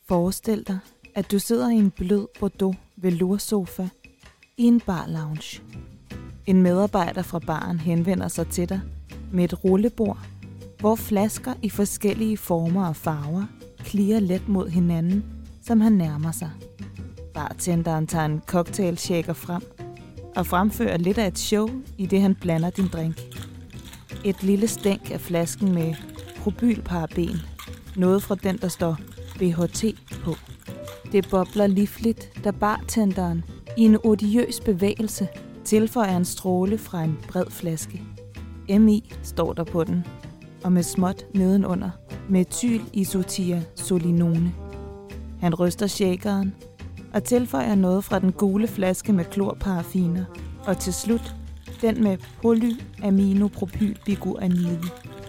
Forestil dig, at du sidder i en blød Bordeaux veloursofa i en bar-lounge. En medarbejder fra baren henvender sig til dig med et rullebord, hvor flasker i forskellige former og farver klirrer let mod hinanden, som han nærmer sig. Bartenderen tager en cocktailshaker frem og fremfører lidt af et show, i det han blander din drink. Et lille stænk af flasken med propylparaben, noget fra den, der står BHT på. Det bobler livligt, da bartenderen i en odiøs bevægelse tilføjer en stråle fra en bred flaske. MI står der på den, og med småt nedenunder, metylisotiazolinone. Han ryster shakeren og tilføjer noget fra den gule flaske med klorparaffiner, og til slut den med polyaminopropylbiguanide.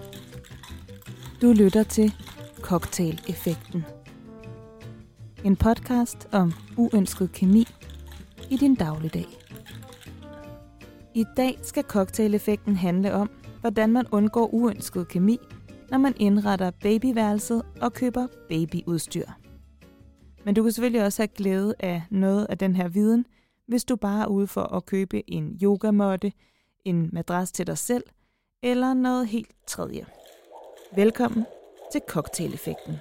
Du lytter til Cocktail-effekten. En podcast om uønsket kemi i din dagligdag. I dag skal Cocktail-effekten handle om, hvordan man undgår uønsket kemi, når man indretter babyværelset og køber babyudstyr. Men du kan selvfølgelig også have glæde af noget af den her viden, hvis du bare er ude for at købe en yogamåtte, en madras til dig selv eller noget helt tredje. Velkommen til Cocktail-effekten.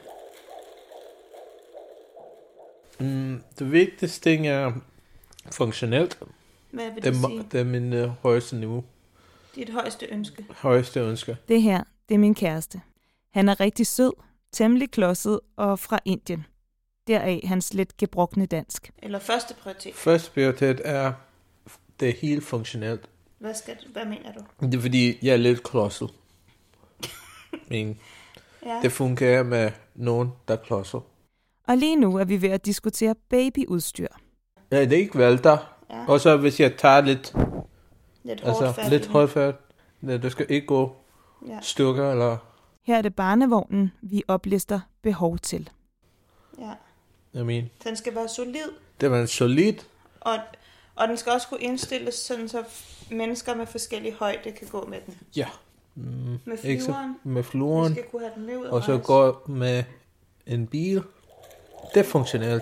Det vigtigste ting er funktionelt. Hvad vil det sige? Det er min højeste niveau. Dit højeste ønske? Højeste ønske. Det her, det er min kæreste. Han er rigtig sød, temmelig klodset og fra Indien. Deraf hans lidt gebrokne dansk. Eller første prioritet? Første prioritet er, det er helt funktionelt. Hvad mener du? Det er fordi, jeg er lidt klodset. Men ja. Det fungerer med nogen, der er klodset. Og lige nu er vi ved at diskutere babyudstyr. Ja, det er ikke vælter. Ja. Og så hvis jeg tager lidt hårdfærdigt. Det skal ikke gå stykker eller... Her er det barnevognen, vi oplister behov til. Ja. Den skal være solid. Det var solid. Og den skal også kunne indstilles, sådan så mennesker med forskellige højde kan gå med den. Ja. Med flueren. Vi skal kunne have den med ud og så gå med en bil. Det er funktionelt.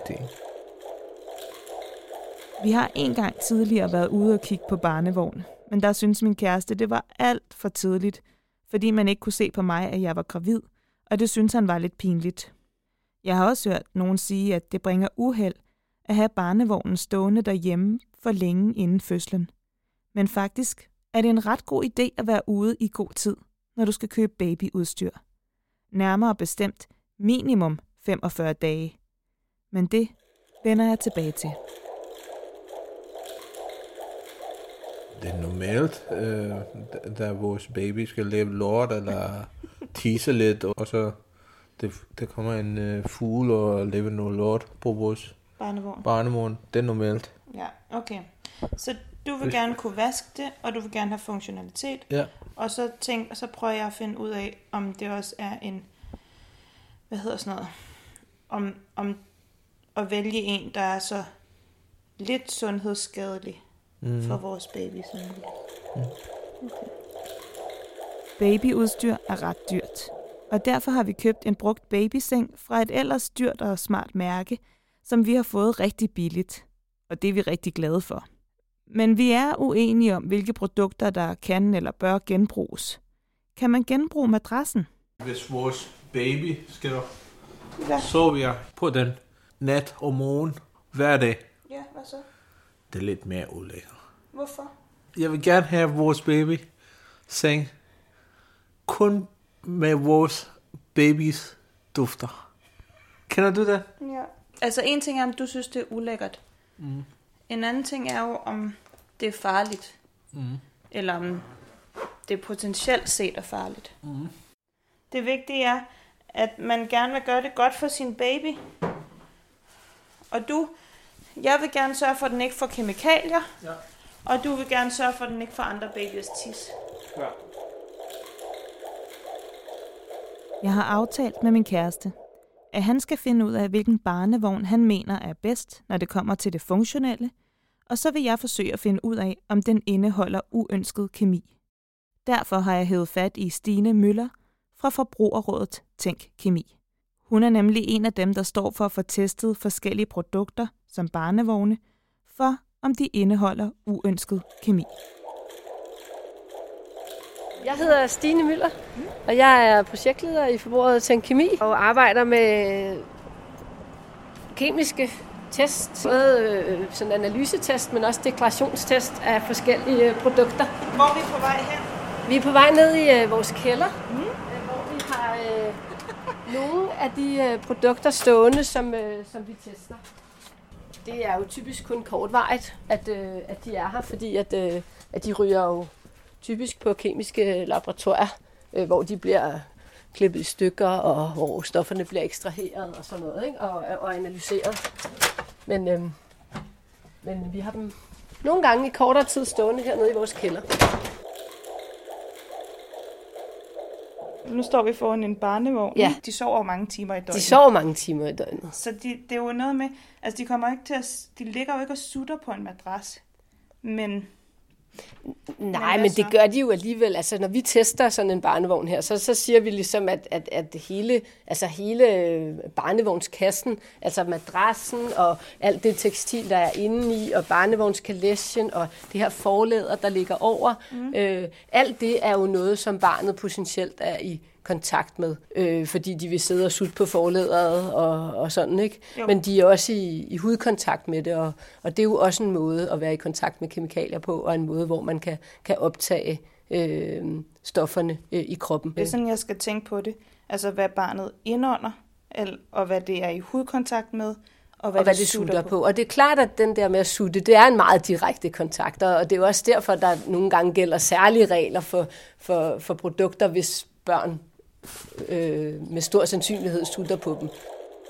Vi har en gang tidligere været ude og kigge på barnevognen, men der synes min kæreste, det var alt for tidligt, fordi man ikke kunne se på mig, at jeg var gravid, og det synes han var lidt pinligt. Jeg har også hørt nogen sige, at det bringer uheld at have barnevognen stående derhjemme for længe inden fødslen. Men faktisk er det en ret god idé at være ude i god tid, når du skal købe babyudstyr. Nærmere bestemt minimum 45 dage. Men det vender jeg tilbage til. Det er normalt, da vores baby skal lave lort eller tisse lidt, og så det kommer en fugle og lave noget lort på vores barnevogn. Det er normalt. Ja, okay. Så du vil gerne kunne vaske det, og du vil gerne have funktionalitet. Ja. Og så prøver jeg at finde ud af, om det også er en, om at vælge en, der er så lidt sundhedsskadelig for vores baby. Okay. Babyudstyr er ret dyrt, og derfor har vi købt en brugt babyseng fra et ellers dyrt og smart mærke, som vi har fået rigtig billigt, og det er vi rigtig glade for. Men vi er uenige om, hvilke produkter, der kan eller bør genbruges. Kan man genbruge madrassen? Hvis vores baby skal sove på den nat og morgen hver dag. Ja, hvad så? Det er lidt mere ulækkert. Hvorfor? Jeg vil gerne have vores baby seng kun med vores babys dufter. Kender du det? Ja. Altså en ting er, om du synes, det er ulækkert. En anden ting er jo, om det er farligt. Eller om det potentielt set er farligt. Det vigtige er, at man gerne vil gøre det godt for sin baby. Og jeg vil gerne sørge for, at den ikke får kemikalier. Ja. Og du vil gerne sørge for, at den ikke får andre babyers tis. Ja. Jeg har aftalt med min kæreste, at han skal finde ud af, hvilken barnevogn han mener er bedst, når det kommer til det funktionelle, og så vil jeg forsøge at finde ud af, om den indeholder uønsket kemi. Derfor har jeg hævet fat i Stine Møller fra Forbrugerrådet Tænk Kemi. Hun er nemlig en af dem, der står for at få testet forskellige produkter, som barnevogne, for om de indeholder uønsket kemi. Jeg hedder Stine Møller, og jeg er projektleder i Forbrugerrådet Tænk Kemi og arbejder med kemiske test, både sådan analysetest, men også deklarationstest af forskellige produkter. Hvor er vi på vej hen? Vi er på vej ned i vores kælder, hvor vi har nogle af de produkter stående, som vi tester. Det er jo typisk kun kortvarigt, at de er her, fordi at de ryger jo typisk på kemiske laboratorier, hvor de bliver klippet i stykker, og hvor stofferne bliver ekstraheret og sådan noget, ikke? Og analyseret. Men vi har dem nogle gange i kortere tid stående hernede i vores kælder. Nu står vi foran en barnevogn. Ja. De sover mange timer i døgnet. De sover mange timer i døgnet. Så det er jo noget med, altså de ligger jo ikke og sutter på en madras, men... Nej, men det gør de jo alligevel. Altså, når vi tester sådan en barnevogn her, så siger vi ligesom, at hele barnevognskassen, altså madrassen og alt det tekstil, der er inde i, og barnevognskalesjen og det her forlæder, der ligger over, alt det er jo noget, som barnet potentielt er i kontakt med, fordi de vil sidde og sutte på forlæderet og sådan, ikke? Jo. Men de er også i hudkontakt med det, og det er jo også en måde at være i kontakt med kemikalier på, og en måde, hvor man kan optage stofferne i kroppen. Det er sådan, jeg skal tænke på det. Altså, hvad barnet indånder, og hvad det er i hudkontakt med, og hvad det sutter på. Og det er klart, at den der med at sutte, det er en meget direkte kontakt, og det er jo også derfor, der nogle gange gælder særlige regler for produkter, hvis børn med stor sandsynlighed sutter på dem.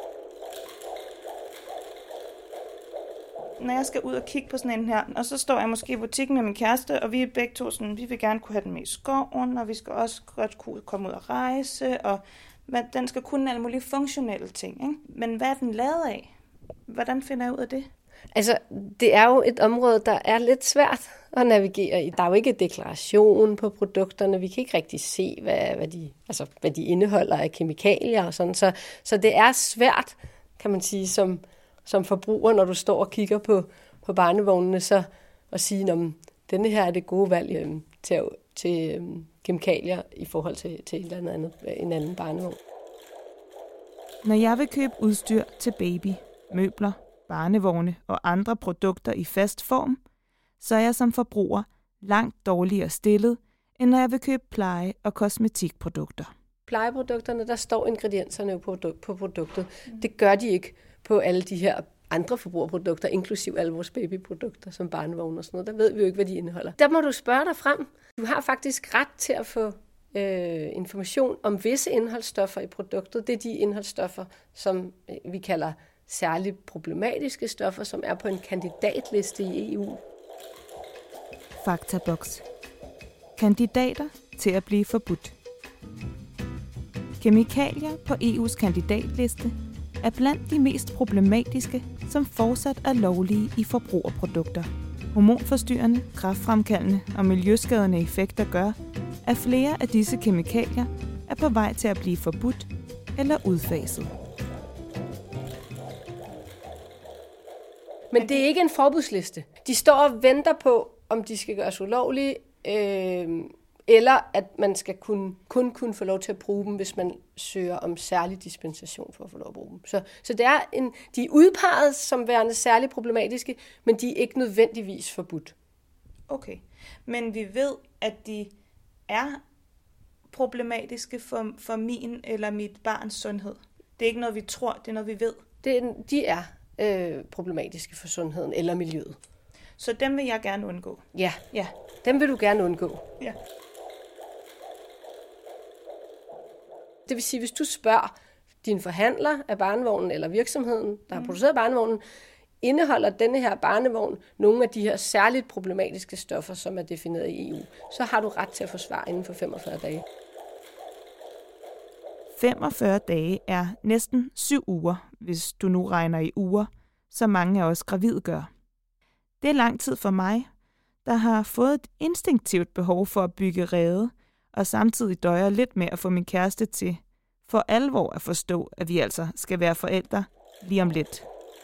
Når jeg skal ud og kigge på sådan en her, og så står jeg måske i butikken med min kæreste, og vi er begge to sådan, vi vil gerne kunne have den med i skoven, og vi skal også godt kunne komme ud og rejse, og den skal kunne alle mulige funktionelle ting, ikke? Men hvad er den lavet af? Hvordan finder jeg ud af det? Altså, det er jo et område, der er lidt svært at navigere i. Der er jo ikke deklaration på produkterne. Vi kan ikke rigtig se, hvad de indeholder af kemikalier og sådan. Så det er svært, kan man sige, som forbruger, når du står og kigger på barnevognene, så at sige, om denne her er det gode valg til kemikalier i forhold til en anden barnevogn. Når jeg vil købe udstyr til baby, møbler, barnevogne og andre produkter i fast form, så er jeg som forbruger langt dårligere stillet, end når jeg vil købe pleje- og kosmetikprodukter. Plejeprodukterne, der står ingredienserne på produktet. Det gør de ikke på alle de her andre forbrugerprodukter, inklusiv alle vores babyprodukter, som barnevogne og sådan noget. Der ved vi jo ikke, hvad de indeholder. Der må du spørge dig frem. Du har faktisk ret til at få information om visse indholdsstoffer i produktet. Det er de indholdsstoffer, som vi kalder særligt problematiske stoffer, som er på en kandidatliste i EU. Faktaboks. Kandidater til at blive forbudt. Kemikalier på EU's kandidatliste er blandt de mest problematiske, som fortsat er lovlige i forbrugerprodukter. Hormonforstyrrende, kræftfremkaldende og miljøskadende effekter gør, at flere af disse kemikalier er på vej til at blive forbudt eller udfaset. Men det er ikke en forbudsliste. De står og venter på, om de skal gøres ulovlige, eller at man skal kun kunne få lov til at bruge dem, hvis man søger om særlig dispensation for at få lov at bruge dem. Så det er de er udpeget som værende særligt problematiske, men de er ikke nødvendigvis forbudt. Okay, men vi ved, at de er problematiske for min eller mit barns sundhed. Det er ikke noget, vi tror, det er noget, vi ved. De er problematiske for sundheden eller miljøet. Så dem vil jeg gerne undgå? Ja, dem vil du gerne undgå. Ja. Det vil sige, hvis du spørger din forhandler af barnevognen eller virksomheden, der har produceret barnevognen, indeholder denne her barnevogn nogle af de her særligt problematiske stoffer, som er defineret i EU, så har du ret til at få svar inden for 45 dage. 45 dage er næsten 7 uger, hvis du nu regner i uger, som mange af os gravide gør. Det er lang tid for mig, der har fået et instinktivt behov for at bygge rede, og samtidig døjer lidt med at få min kæreste til for alvor at forstå, at vi altså skal være forældre lige om lidt.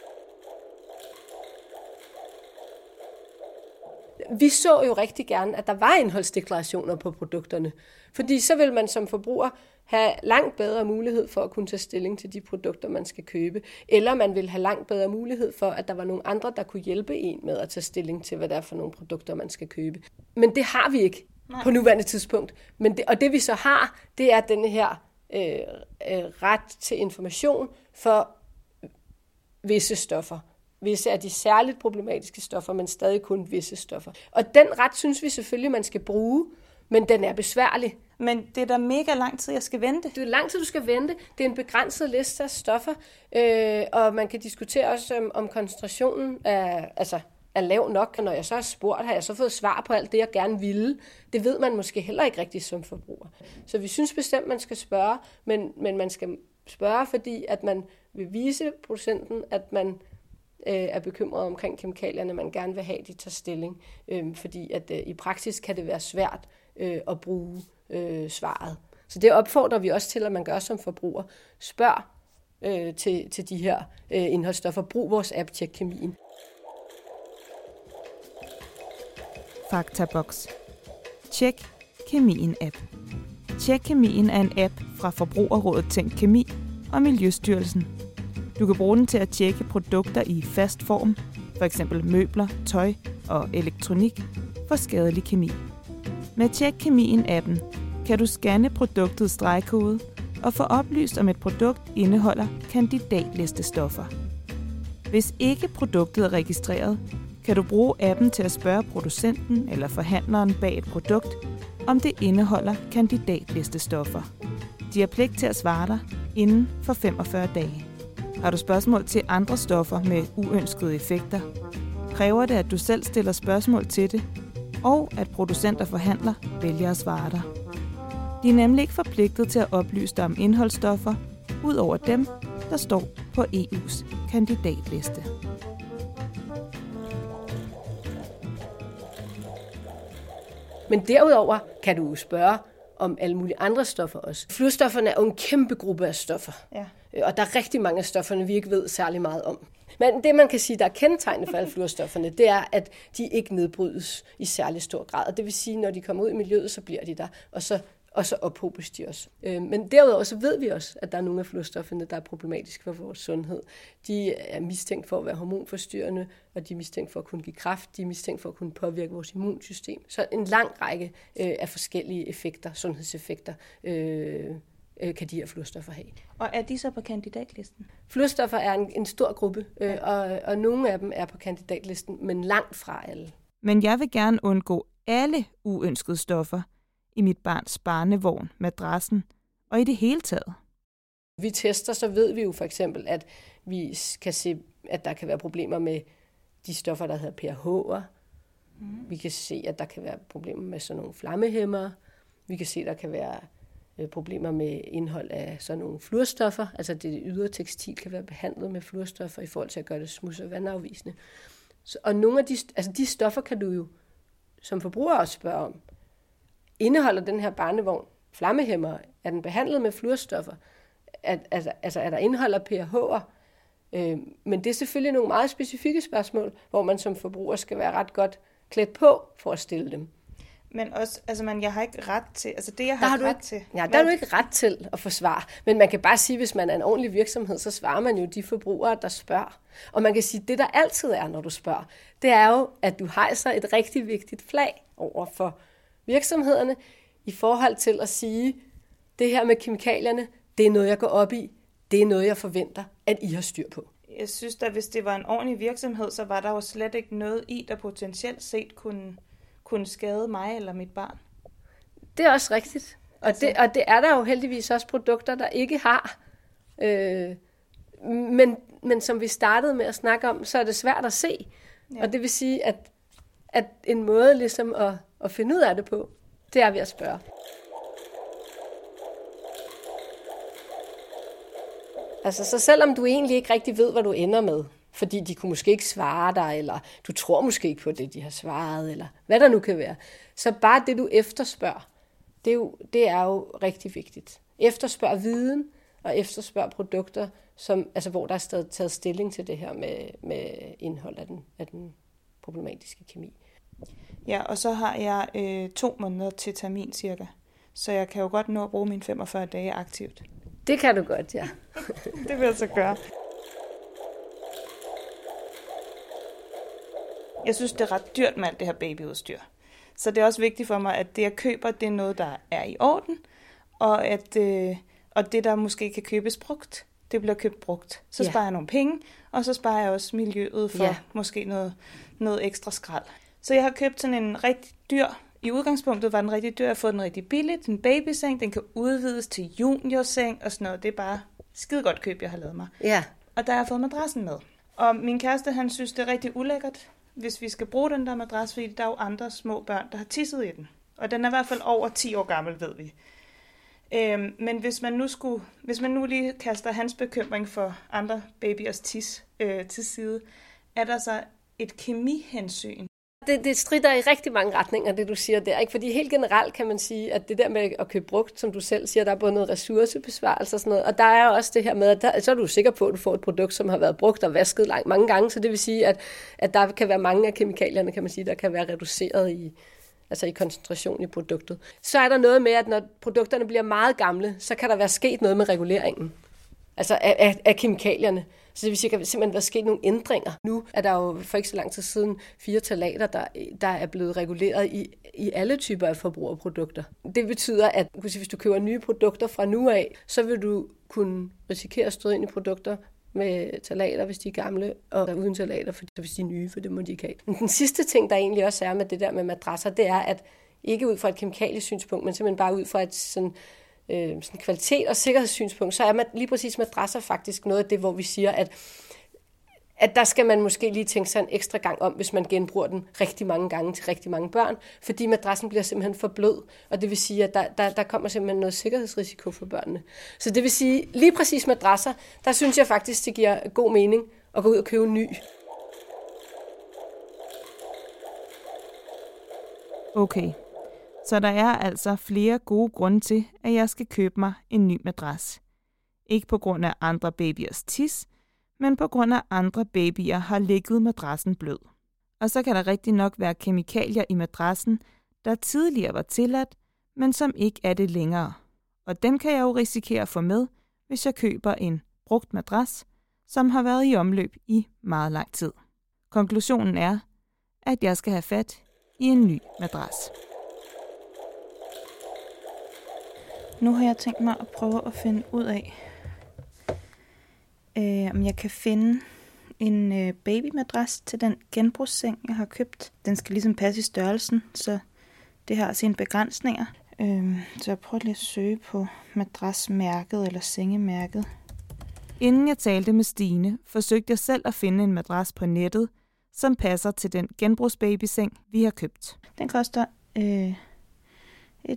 Vi så jo rigtig gerne, at der var indholdsdeklarationer på produkterne, fordi så vil man som forbruger have langt bedre mulighed for at kunne tage stilling til de produkter, man skal købe, eller man vil have langt bedre mulighed for, at der var nogle andre, der kunne hjælpe en med at tage stilling til, hvad det er for nogle produkter, man skal købe. Men det har vi ikke på nuværende tidspunkt. Og det vi så har, det er denne her ret til information for visse stoffer. Visse af de særligt problematiske stoffer, men stadig kun visse stoffer. Og den ret synes vi selvfølgelig, man skal bruge, men den er besværlig. Men det er da mega lang tid, jeg skal vente. Det er lang tid, du skal vente. Det er en begrænset liste af stoffer, og man kan diskutere også, om koncentrationen er lav nok. Når jeg så har spurgt, har jeg så fået svar på alt det, jeg gerne ville. Det ved man måske heller ikke rigtigt som forbruger. Så vi synes bestemt, man skal spørge, men man skal spørge, fordi at man vil vise producenten, at man er bekymret omkring kemikalierne, man gerne vil have, de tager stilling. Fordi at i praksis kan det være svært at bruge svaret. Så det opfordrer vi også til, at man gør som forbruger. Spørg til de her indholdsstoffer. Brug vores app, Tjek Kemien. Faktaboks. Tjek Kemien app. Tjek Kemien er en app fra Forbrugerrådet Tænk Kemi og Miljøstyrelsen. Du kan bruge den til at tjekke produkter i fast form, f.eks. møbler, tøj og elektronik, for skadelig kemi. Med Tjek Kemien-appen kan du scanne produktets stregkode og få oplyst, om et produkt indeholder kandidatlistestoffer. Hvis ikke produktet er registreret, kan du bruge appen til at spørge producenten eller forhandleren bag et produkt, om det indeholder kandidatlistestoffer. De har pligt til at svare dig inden for 45 dage. Har du spørgsmål til andre stoffer med uønskede effekter, kræver det, at du selv stiller spørgsmål til det, og at producent og forhandler vælger at svare dig. De er nemlig ikke forpligtet til at oplyse dig om indholdsstoffer, ud over dem, der står på EU's kandidatliste. Men derudover kan du spørge om alle mulige andre stoffer også. Fluorstofferne er jo en kæmpe gruppe af stoffer. Ja. Og der er rigtig mange af stofferne, vi ikke ved særlig meget om. Men det, man kan sige, der er kendetegnende for alle fluorstofferne, det er, at de ikke nedbrydes i særlig stor grad. Og det vil sige, at når de kommer ud i miljøet, så bliver de der, og så ophobes de også. Men derudover så ved vi også, at der er nogle af fluorstofferne, der er problematiske for vores sundhed. De er mistænkt for at være hormonforstyrrende, og de er mistænkt for at kunne give kræft, de er mistænkt for at kunne påvirke vores immunsystem. Så en lang række af forskellige effekter, sundhedseffekter, kan de her fluorstoffer have. Og er de så på kandidatlisten? Fluorstoffer er en stor gruppe, og nogle af dem er på kandidatlisten, men langt fra alle. Men jeg vil gerne undgå alle uønskede stoffer i mit barns barnevogn, madrassen og i det hele taget. Vi tester, så ved vi jo for eksempel, at vi kan se, at der kan være problemer med de stoffer, der hedder pH'er. Vi kan se, at der kan være problemer med sådan nogle flammehæmmere. Vi kan se, at der kan være problemer med indhold af sådan nogle fluorstoffer. Altså det ydre tekstil kan være behandlet med fluorstoffer i forhold til at gøre det smuds- og vandafvisende. Og nogle af de stoffer kan du jo som forbruger også spørge om. Indeholder den her barnevogn flammehæmmere? Er den behandlet med fluorstoffer? Er der indeholder pH'er? Men det er selvfølgelig nogle meget specifikke spørgsmål, hvor man som forbruger skal være ret godt klædt på for at stille dem. Men også, jeg har ikke ret til, det jeg har ret til. Ja, der har du ikke ret til at få svar. Men man kan bare sige, hvis man er en ordentlig virksomhed, så svarer man jo de forbrugere, der spørger. Og man kan sige, det der altid er, når du spørger, det er jo, at du hejser et rigtig vigtigt flag over for virksomhederne i forhold til at sige, det her med kemikalierne, det er noget, jeg går op i. Det er noget, jeg forventer, at I har styr på. Jeg synes da, hvis det var en ordentlig virksomhed, så var der jo slet ikke noget i, der potentielt set kunne skade mig eller mit barn. Det er også rigtigt. Og det er der jo heldigvis også produkter, der ikke har. Men som vi startede med at snakke om, så er det svært at se. Ja. Og det vil sige, at en måde ligesom at finde ud af det på, det er ved at spørge. Altså, så selvom du egentlig ikke rigtig ved, hvad du ender med, fordi de kunne måske ikke svare dig, eller du tror måske ikke på det, de har svaret, eller hvad der nu kan være, så bare det, du efterspørger, det er jo rigtig vigtigt. efterspørger viden og efterspørger produkter, hvor der er taget stilling til det her med indhold af den problematiske kemi. Ja, og så har jeg 2 måneder til termin cirka. Så jeg kan jo godt nå at bruge mine 45 dage aktivt. Det kan du godt, ja. Det vil jeg så gøre. Jeg synes, det er ret dyrt med alt det her babyudstyr. Så det er også vigtigt for mig, at det, jeg køber, det er noget, der er i orden. Og det, der måske kan købes brugt, det bliver købt brugt. Så sparer jeg nogle penge, og så sparer jeg også miljøet for måske noget ekstra skrald. Så jeg har købt sådan en rigtig dyr. I udgangspunktet var den rigtig dyr. Jeg har fået den rigtig billigt. En babyseng, den kan udvides til juniorseng og sådan noget. Det er bare skide godt køb, jeg har lavet mig. Ja. Og der har jeg fået madrassen med. Og min kæreste, han synes, det er rigtig ulækkert, hvis vi skal bruge den der madras, fordi der er jo andre små børn, der har tisset i den. Og den er i hvert fald over 10 år gammel, ved vi. Men hvis man nu lige kaster hans bekymring for andre babyers tis til side, er der så et kemihensyn. Det strider i rigtig mange retninger, det du siger der, ikke? Fordi helt generelt kan man sige, at det der med at købe brugt, som du selv siger, der er både noget ressourcebesvarelse og sådan noget, og der er også det her med, at så er du sikker på, at du får et produkt, som har været brugt og vasket mange gange, så det vil sige, at der kan være mange af kemikalierne, kan man sige, der kan være reduceret i koncentration i produktet. Så er der noget med, at når produkterne bliver meget gamle, så kan der være sket noget med reguleringen, altså af kemikalierne. Så det vil sige, at der simpelthen være sket nogle ændringer. Nu er der jo for ikke så lang tid siden 4 ftalater, der er blevet reguleret i alle typer af forbrugerprodukter. Det betyder, at hvis du køber nye produkter fra nu af, så vil du kunne risikere at støde ind i produkter med ftalater, hvis de er gamle, og uden ftalater, hvis de er nye, for det må de ikke have. Men den sidste ting, der egentlig også er med det der med madrasser, det er, at ikke ud fra et kemikaliesynspunkt, men simpelthen bare ud fra et sådan kvalitet- og sikkerhedssynspunkt, så er lige præcis madrasser faktisk noget af det, hvor vi siger, at der skal man måske lige tænke sig en ekstra gang om, hvis man genbruger den rigtig mange gange til rigtig mange børn, fordi madrassen bliver simpelthen for blød, og det vil sige, at der kommer simpelthen noget sikkerhedsrisiko for børnene. Så det vil sige, lige præcis madrasser, der synes jeg faktisk, det giver god mening at gå ud og købe en ny. Okay. Så der er altså flere gode grunde til, at jeg skal købe mig en ny madras. Ikke på grund af andre babyers tis, men på grund af andre babyer har ligget madrassen blød. Og så kan der rigtig nok være kemikalier i madrassen, der tidligere var tilladt, men som ikke er det længere. Og dem kan jeg jo risikere at få med, hvis jeg køber en brugt madras, som har været i omløb i meget lang tid. Konklusionen er, at jeg skal have fat i en ny madras. Nu har jeg tænkt mig at prøve at finde ud af, om jeg kan finde en babymadras til den genbrugsseng, jeg har købt. Den skal ligesom passe i størrelsen, så det har sine begrænsninger. Så jeg prøver lige at søge på madrasmærket eller sengemærket. Inden jeg talte med Stine, forsøgte jeg selv at finde en madras på nettet, som passer til den genbrugsbabyseng, vi har købt. Den koster 1.199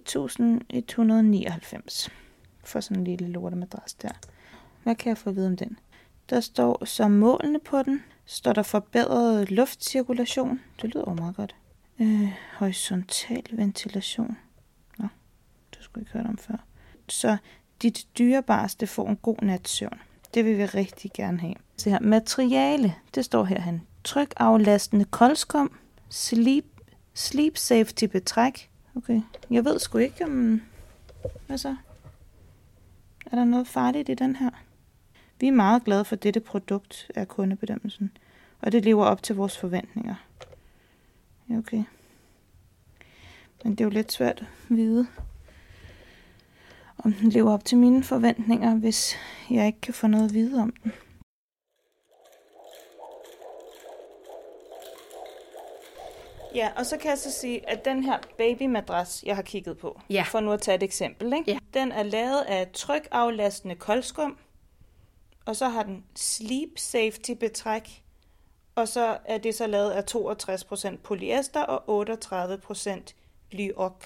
for sådan en lille lortemadras der. Hvad kan jeg få at vide om den? Der står så målene på den. Står der forbedret luftcirkulation. Det lyder jo meget godt. Horisontal ventilation. Nå, det skulle jeg ikke høre om før. Så dit dyrebareste får en god natsøvn. Det vil vi rigtig gerne have. Se her, materiale. Det står herhen. Trykaflastende koldskum. Sleep safety betræk. Okay, jeg ved sgu ikke om... Hvad så? Er der noget farligt i den her? Vi er meget glade for dette produkt af kundebedømmelsen, og det lever op til vores forventninger. Ja, okay. Men det er jo lidt svært at vide, om den lever op til mine forventninger, hvis jeg ikke kan få noget at vide om den. Ja, og så kan jeg så sige, at den her babymadras, jeg har kigget på, for nu at tage et eksempel, ikke? Den er lavet af trykaflastende koldskum, og så har den sleep safety betræk, og så er det så lavet af 62% polyester og 38% lyok.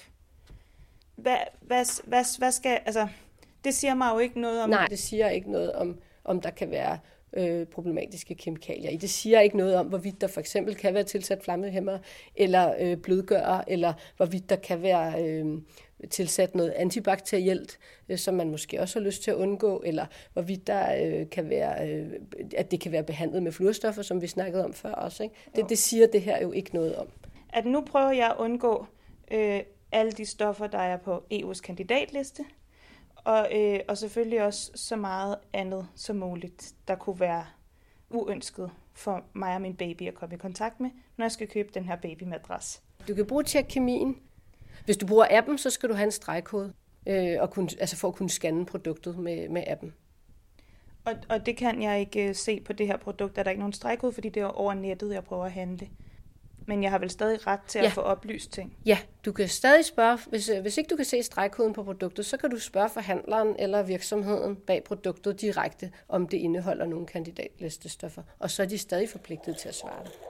Hvad skal, altså, det siger mig jo ikke noget om... Nej, det siger ikke noget om der kan være problematiske kemikalier. Det siger ikke noget om, hvorvidt der for eksempel kan være tilsat flammehæmmer, eller blødgører, eller hvorvidt der kan være tilsat noget antibakterielt, som man måske også har lyst til at undgå, eller hvorvidt der kan være, at det kan være behandlet med fluorstoffer, som vi snakkede om før også. Ikke? Det siger det her jo ikke noget om. At nu prøver jeg at undgå alle de stoffer, der er på EU's kandidatliste, og selvfølgelig også så meget andet som muligt, der kunne være uønsket for mig og min baby at komme i kontakt med, når jeg skal købe den her babymadras. Du kan bruge Tjekkemien. Hvis du bruger appen, så skal du have en stregkode, for at kunne scanne produktet med appen. Og det kan jeg ikke se på det her produkt, er der ikke nogen stregkode, fordi det er over nettet, jeg prøver at handle. Men jeg har vel stadig ret til at få oplyst ting? Ja, du kan stadig spørge, hvis ikke du kan se stregkoden på produktet, så kan du spørge forhandleren eller virksomheden bag produktet direkte, om det indeholder nogle kandidatlistestoffer. Og så er de stadig forpligtet til at svare dig.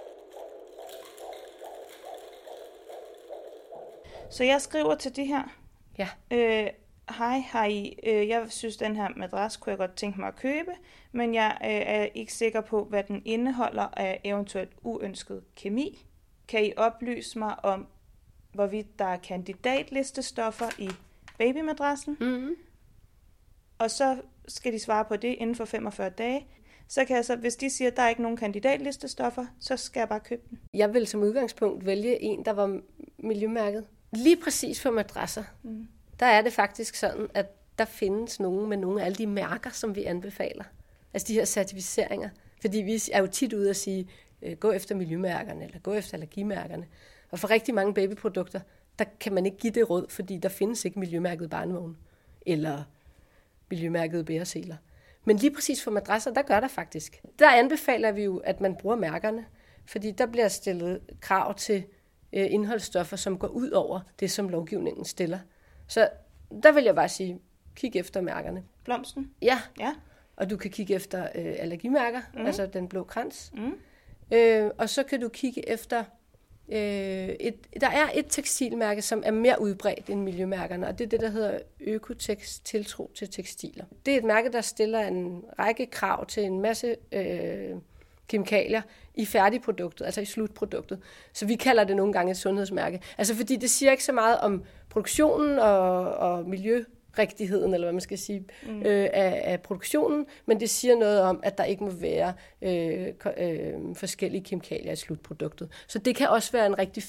Så jeg skriver til det her. Ja. Hej, jeg synes, den her madras kunne jeg godt tænke mig at købe, men jeg er ikke sikker på, hvad den indeholder af eventuelt uønsket kemi. Kan I oplyse mig om, hvorvidt der er kandidatlistestoffer i babymadrassen? Mm-hmm. Og så skal de svare på det inden for 45 dage. Så kan jeg så, hvis de siger, at der er ikke nogen kandidatlistestoffer, så skal jeg bare købe den. Jeg vil som udgangspunkt vælge en, der var miljømærket. Lige præcis for madrasser. Der er det faktisk sådan, at der findes nogen med nogle af alle de mærker, som vi anbefaler. Altså de her certificeringer. Fordi vi er jo tit ude at sige, gå efter miljømærkerne, eller gå efter allergimærkerne. Og for rigtig mange babyprodukter, der kan man ikke give det råd, fordi der findes ikke miljømærket barnevogn, eller miljømærkede bæreseler. Men lige præcis for madrasser, der gør der faktisk. Der anbefaler vi jo, at man bruger mærkerne, fordi der bliver stillet krav til indholdsstoffer, som går ud over det, som lovgivningen stiller. Så der vil jeg bare sige, kig efter mærkerne. Blomsten? Ja. Ja. Og du kan kigge efter allergimærker, altså den blå krans. Og så kan du kigge efter, der er et tekstilmærke, som er mere udbredt end miljømærkerne, og det er det, der hedder Økotex tiltro til tekstiler. Det er et mærke, der stiller en række krav til en masse kemikalier i færdigproduktet, altså i slutproduktet. Så vi kalder det nogle gange et sundhedsmærke. Altså fordi det siger ikke så meget om produktionen og miljørigtigheden, eller hvad man skal sige, af produktionen, men det siger noget om, at der ikke må være forskellige kemikalier i slutproduktet. Så det kan også være en rigtig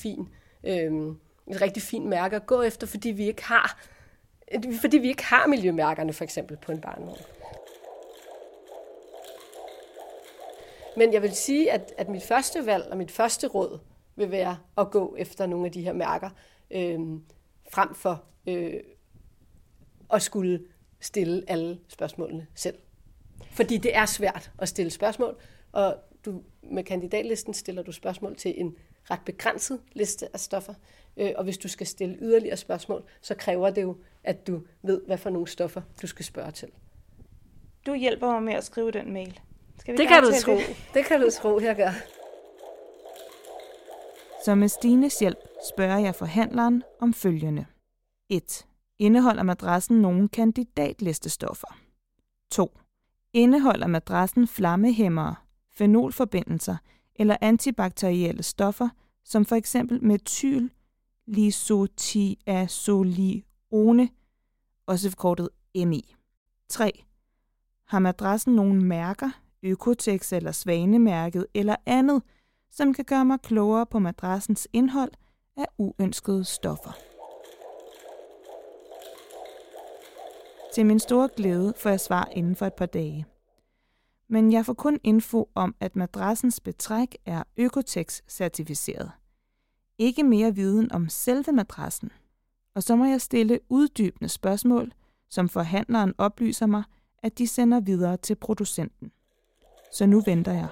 fin mærke at gå efter, fordi vi ikke har miljømærkerne for eksempel på en barnevogn. Men jeg vil sige, at mit første valg og mit første råd vil være at gå efter nogle af de her mærker, frem for at skulle stille alle spørgsmålene selv. Fordi det er svært at stille spørgsmål, og med kandidatlisten stiller du spørgsmål til en ret begrænset liste af stoffer. Og hvis du skal stille yderligere spørgsmål, så kræver det jo, at du ved, hvad for nogle stoffer du skal spørge til. Du hjælper mig med at skrive den mail. Det kan du tro. Det kan du tro, jeg gør. Så med Stines hjælp spørger jeg forhandleren om følgende. 1. Indeholder madrassen nogle kandidatlistestoffer? 2. Indeholder madrassen flammehæmmere, fenolforbindelser eller antibakterielle stoffer, som for eksempel methylisothiazolione, også forkortet MI? 3. Har madrassen nogle mærker, Økotex eller Svanemærket eller andet, som kan gøre mig klogere på madrassens indhold af uønskede stoffer? Til min store glæde får jeg svar inden for et par dage. Men jeg får kun info om, at madrassens betræk er Økotex-certificeret. Ikke mere viden om selve madrassen. Og så må jeg stille uddybende spørgsmål, som forhandleren oplyser mig, at de sender videre til producenten. Så nu venter jeg.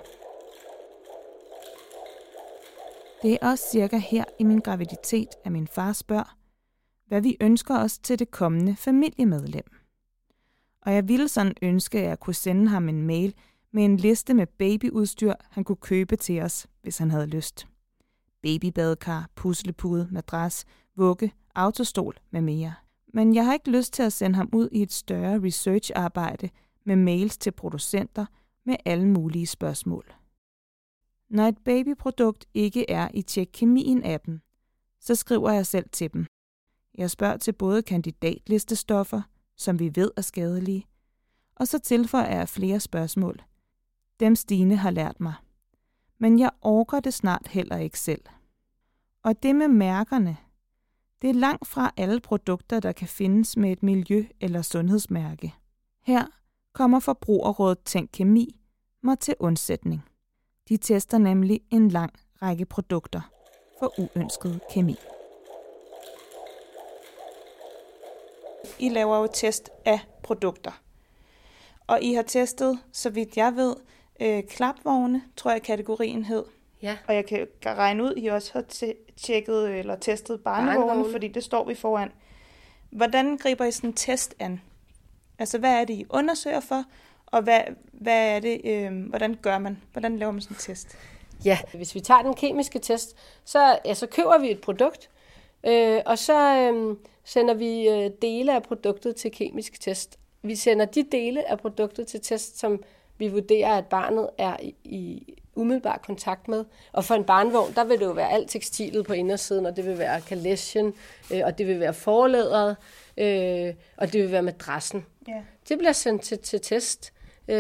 Det er også cirka her i min graviditet, at min far spørger, hvad vi ønsker os til det kommende familiemedlem. Og jeg ville sådan ønske, at jeg kunne sende ham en mail med en liste med babyudstyr, han kunne købe til os, hvis han havde lyst. Babybadekar, puslepude, madras, vugge, autostol med mere. Men jeg har ikke lyst til at sende ham ud i et større researcharbejde med mails til producenter med alle mulige spørgsmål. Når et babyprodukt ikke er i Tjekkemien-appen, så skriver jeg selv til dem. Jeg spørger til både kandidatlistestoffer, som vi ved er skadelige, og så tilføjer jeg flere spørgsmål. Dem Stine har lært mig. Men jeg orker det snart heller ikke selv. Og det med mærkerne, det er langt fra alle produkter, der kan findes med et miljø- eller sundhedsmærke. Her kommer Forbrugerrådet Tænk Kemi mig til undsætning. De tester nemlig en lang række produkter for uønsket kemi. I laver jo test af produkter. Og I har testet, så vidt jeg ved, klapvogne, tror jeg kategorien hed. Ja. Og jeg kan regne ud, at I også har tjekket eller testet barnevogne, fordi det står vi foran. Hvordan griber I sådan en test an? Altså, hvad er det, I undersøger for? Og hvad er det, hvordan gør man? Hvordan laver man sådan en test? Ja, hvis vi tager den kemiske test, så køber vi et produkt, og så sender vi dele af produktet til kemisk test. Vi sender de dele af produktet til test, som vi vurderer, at barnet er i umiddelbar kontakt med. Og for en barnevogn, der vil det jo være alt tekstilet på indersiden, og det vil være kalesjen, og det vil være forlæderet, og det vil være madrassen. Yeah. Det bliver sendt til test.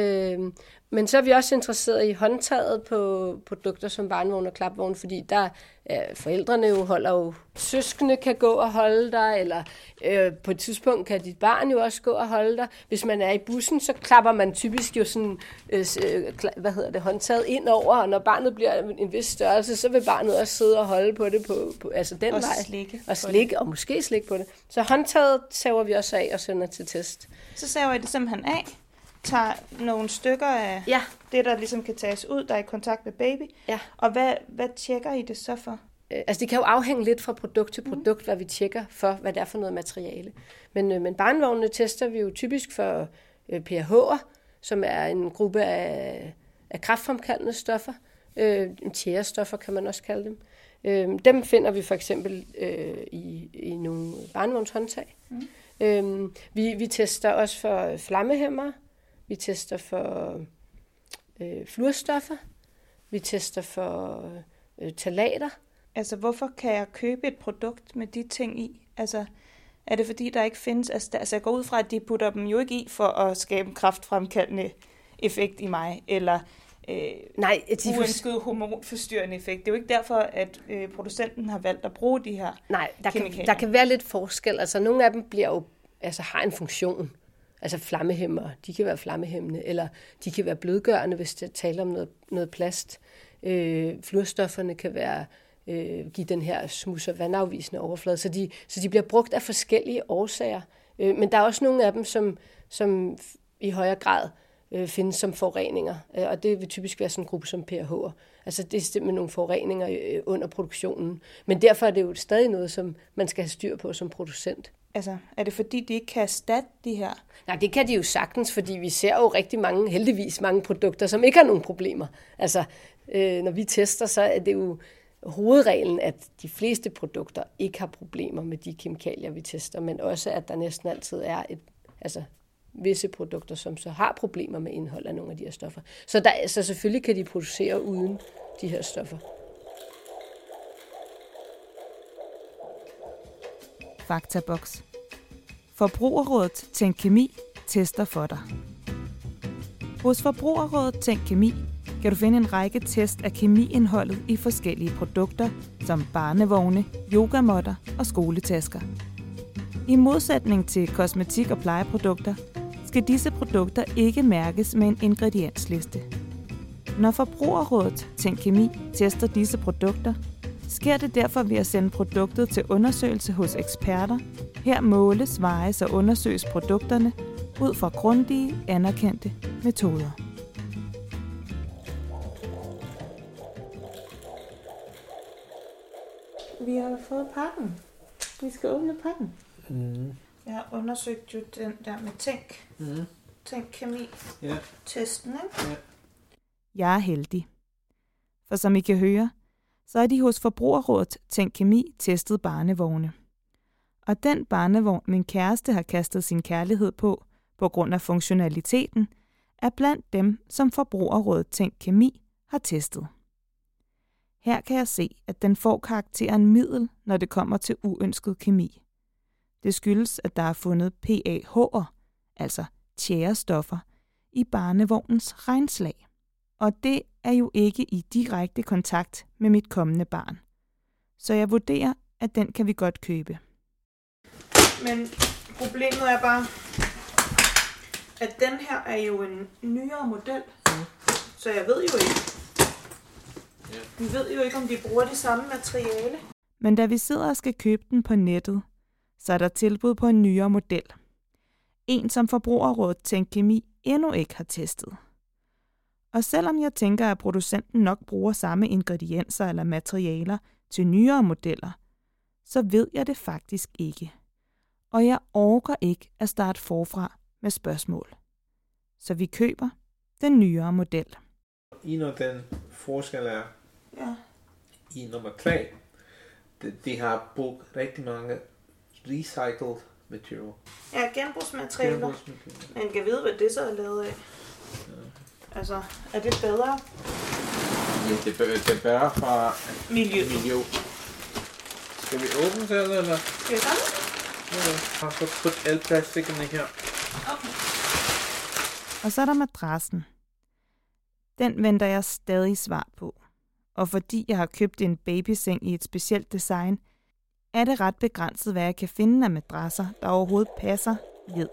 Men så er vi også interesseret i håndtaget på produkter som barnevogn og klapvogn, fordi der forældrene jo holder jo, søskende kan gå og holde dig, eller på et tidspunkt kan dit barn jo også gå og holde dig. Hvis man er i bussen, så klapper man typisk jo sådan, håndtaget ind over, og når barnet bliver en vis størrelse, så vil barnet også sidde og holde på det på altså den og vej. Slikke og slikke, og måske slikke på det. Så håndtaget saver vi også af og sender til test. Så saver I det simpelthen af? Tager nogle stykker af det, der ligesom kan tages ud, der er i kontakt med baby. Ja. Og hvad tjekker I det så for? Altså det kan jo afhænge lidt fra produkt til produkt, hvad vi tjekker for, hvad det er for noget materiale. Men barnevognene tester vi jo typisk for PAH'er, som er en gruppe af kræftfremkaldende stoffer. Tjærestoffer kan man også kalde dem. Dem finder vi for eksempel i nogle barnevognshåndtag. Vi tester også for flammehæmmere. Vi tester for fluorstoffer. Vi tester for ftalater. Altså, hvorfor kan jeg købe et produkt med de ting i? Altså, er det fordi, der ikke findes... Altså, jeg går ud fra, at de putter dem jo ikke i for at skabe en kræftfremkaldende effekt i mig, eller uønsket hormonforstyrrende effekt. Det er jo ikke derfor, at producenten har valgt at bruge de her kemikalier. Der kan være lidt forskel. Altså, nogle af dem bliver jo, har en funktion. Altså flammehæmmere, de kan være flammehæmmende, eller de kan være blødgørende, hvis det taler om noget plast. Fluorstofferne kan være give den her smuds- og vandafvisende overflade, så de bliver brugt af forskellige årsager. Men der er også nogle af dem, som i højere grad findes som forureninger, og det vil typisk være sådan en gruppe som PAH'er. Altså det er simpelthen nogle forureninger under produktionen. Men derfor er det jo stadig noget, som man skal have styr på som producent. Altså, er det fordi, de ikke kan erstatte de her? Nej, det kan de jo sagtens, fordi vi ser jo rigtig mange, heldigvis mange produkter, som ikke har nogen problemer. Altså, når vi tester, så er det jo hovedreglen, at de fleste produkter ikke har problemer med de kemikalier, vi tester, men også, at der næsten altid er visse produkter, som så har problemer med indhold af nogle af de her stoffer. Så selvfølgelig kan de producere uden de her stoffer. Faktaboks. Forbrugerrådet Tænk Kemi tester for dig. Hos Forbrugerrådet Tænk Kemi kan du finde en række test af kemiindholdet i forskellige produkter, som barnevogne, yogamotter og skoletasker. I modsætning til kosmetik- og plejeprodukter, skal disse produkter ikke mærkes med en ingrediensliste. Når Forbrugerrådet Tænk Kemi tester disse produkter, sker det derfor ved at sende produktet til undersøgelse hos eksperter. Her måles, vejes og undersøges produkterne ud fra grundige, anerkendte metoder. Vi har fået pakken. Vi skal åbne pakken. Jeg har undersøgt jo den der med Tænk Kemi. Testen, ikke? Jeg er heldig. For som I kan høre, så er de hos Forbrugerrådet Tænk Kemi testet barnevogne. Og den barnevogn, min kæreste har kastet sin kærlighed på grund af funktionaliteten, er blandt dem, som Forbrugerrådet Tænk Kemi har testet. Her kan jeg se, at den får karakteren middel, når det kommer til uønsket kemi. Det skyldes, at der er fundet PAH'er, altså tjærestoffer, i barnevognens regnslag. Og det er jo ikke i direkte kontakt med mit kommende barn. Så jeg vurderer, at den kan vi godt købe. Men problemet er bare, at den her er jo en nyere model. Så jeg ved jo ikke. Vi ved jo ikke, om de bruger det samme materiale. Men da vi sidder og skal købe den på nettet, så er der tilbud på en nyere model. En, som Forbrugerrådet Tænk Kemi endnu ikke har testet. Og selvom jeg tænker, at producenten nok bruger samme ingredienser eller materialer til nyere modeller, så ved jeg det faktisk ikke. Og jeg orker ikke at starte forfra med spørgsmål. Så vi køber den nyere model. En af den forskel er, i nummer 3, de har brugt rigtig mange recycled material. Ja, genbrugsmaterialer. Man kan vide, hvad det så er lavet af. Ja. Altså, er det bedre? Ja, det er bedre fra miljø. Skal vi åbne selv, eller? Skal vi gøre det? Ja, jeg har så puttet alle plastikkerne her. Okay. Og så er der madrassen. Den venter jeg stadig svar på. Og fordi jeg har købt en babyseng i et specielt design, er det ret begrænset, hvad jeg kan finde af madrasser, der overhovedet passer ved.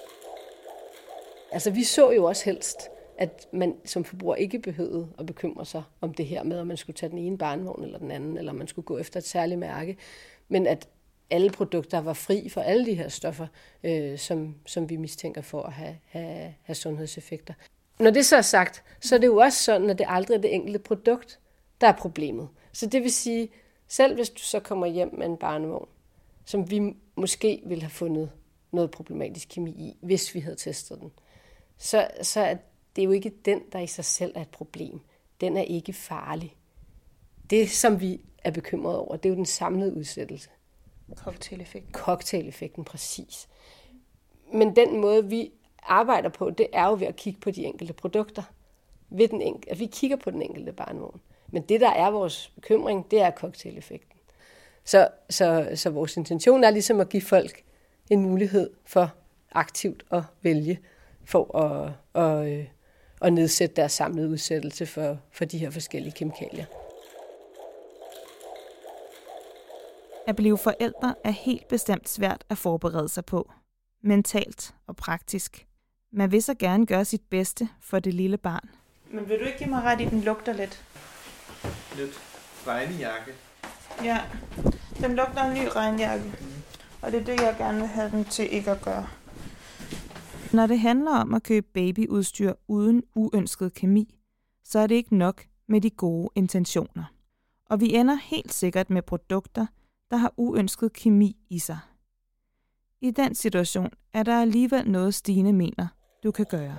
Altså, vi så jo også helst, at man som forbruger ikke behøvede at bekymre sig om det her med, om man skulle tage den ene barnevogn eller den anden, eller man skulle gå efter et særligt mærke, men at alle produkter var fri for alle de her stoffer, som vi mistænker for at have sundhedseffekter. Når det så er sagt, så er det jo også sådan, at det aldrig er det enkelte produkt, der er problemet. Så det vil sige, selv hvis du så kommer hjem med en barnevogn, som vi måske ville have fundet noget problematisk kemi i, hvis vi havde testet den, så er det jo ikke den, der i sig selv er et problem. Den er ikke farlig. Det, som vi er bekymret over, det er jo den samlede udsættelse. Cocktaileffekten, præcis. Men den måde, vi arbejder på, det er jo ved at kigge på de enkelte produkter. At vi kigger på den enkelte barnevogn. Men det, der er vores bekymring, det er cocktaileffekten. Så vores intention er ligesom at give folk en mulighed for aktivt at vælge for at nedsætte deres samlede udsættelse for de her forskellige kemikalier. At blive forældre er helt bestemt svært at forberede sig på. Mentalt og praktisk. Man vil så gerne gøre sit bedste for det lille barn. Men vil du ikke give mig ret i, den lugter lidt? Lidt regnjakke. Ja, den lugter en ny regnjakke. Og det er det, jeg gerne vil have den til ikke at gøre. Når det handler om at købe babyudstyr uden uønsket kemi, så er det ikke nok med de gode intentioner. Og vi ender helt sikkert med produkter, der har uønsket kemi i sig. I den situation er der alligevel noget, Stine mener, du kan gøre.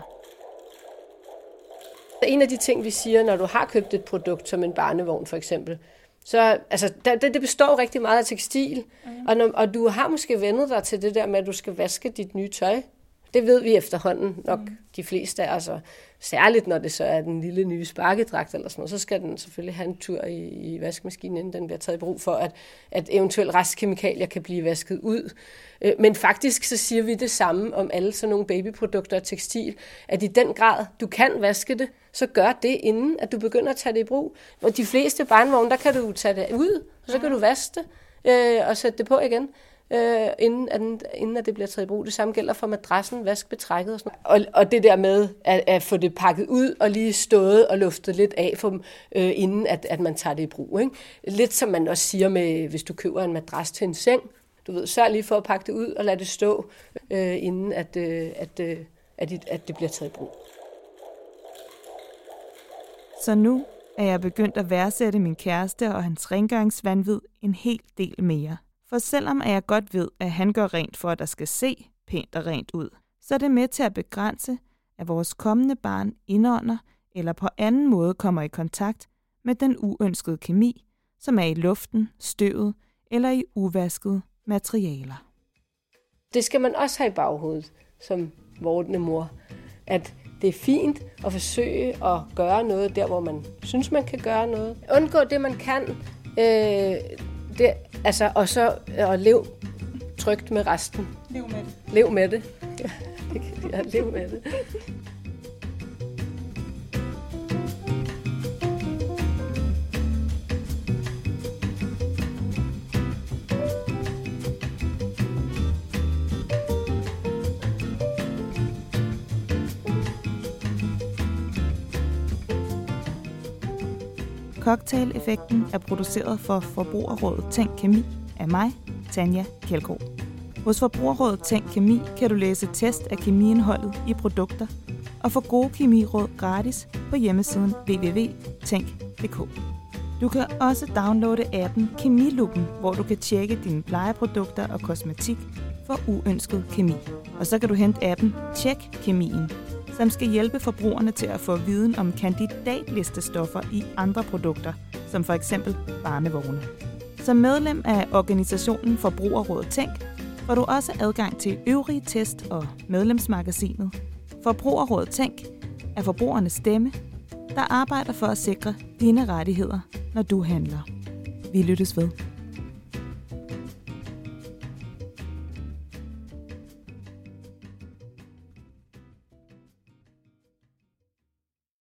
En af de ting, vi siger, når du har købt et produkt som en barnevogn for eksempel, så altså, det består rigtig meget af tekstil, og du har måske vendet dig til det der med, at du skal vaske dit nye tøj. Det ved vi efterhånden nok de fleste af os, særligt når det så er den lille nye sparkedragt eller sådan noget, så skal den selvfølgelig have en tur i vaskemaskinen, inden den bliver taget i brug for, at eventuelt restkemikalier kan blive vasket ud. Men faktisk så siger vi det samme om alle sådan nogle babyprodukter og tekstil, at i den grad du kan vaske det, så gør det, inden at du begynder at tage det i brug. Og de fleste barnevogne, der kan du tage det ud, og så kan du vaske det og sætte det på igen. Inden at det bliver taget i brug. Det samme gælder for madrassen, vaskebetrækket og sådan noget. Og det der med at få det pakket ud og lige stået og luftet lidt af for dem, inden at man tager det i brug. Ikke? Lidt som man også siger med, hvis du køber en madras til en seng. Du ved, sørg lige for at pakke det ud og lade det stå, inden at det bliver taget i brug. Så nu er jeg begyndt at værdsætte min kæreste og hans rengøringsvanvid en hel del mere. For selvom jeg godt ved, at han gør rent for, at der skal se pænt og rent ud, så er det med til at begrænse, at vores kommende barn indånder eller på anden måde kommer i kontakt med den uønskede kemi, som er i luften, støvet eller i uvaskede materialer. Det skal man også have i baghovedet som vordende mor, at det er fint at forsøge at gøre noget der, hvor man synes, man kan gøre noget. Undgå det, man kan, og så at leve trygt med resten. Lev med det. Lev med det. Ja, lev med det. Cocktail-effekten er produceret for Forbrugerrådet Tænk Kemi af mig, Tanja Kjeldgaard. Hos Forbrugerrådet Tænk Kemi kan du læse test af kemiindholdet i produkter og få gode kemiråd gratis på hjemmesiden www.tænk.dk. Du kan også downloade appen Kemiluppen, hvor du kan tjekke dine plejeprodukter og kosmetik for uønsket kemi. Og så kan du hente appen Tjek Kemien, som skal hjælpe forbrugerne til at få viden om kandidatlistestoffer i andre produkter, som for eksempel barnevogne. Som medlem af organisationen Forbrugerrådet Tænk får du også adgang til øvrige test og medlemsmagasinet. Forbrugerrådet Tænk er forbrugernes stemme, der arbejder for at sikre dine rettigheder, når du handler. Vi lyttes ved.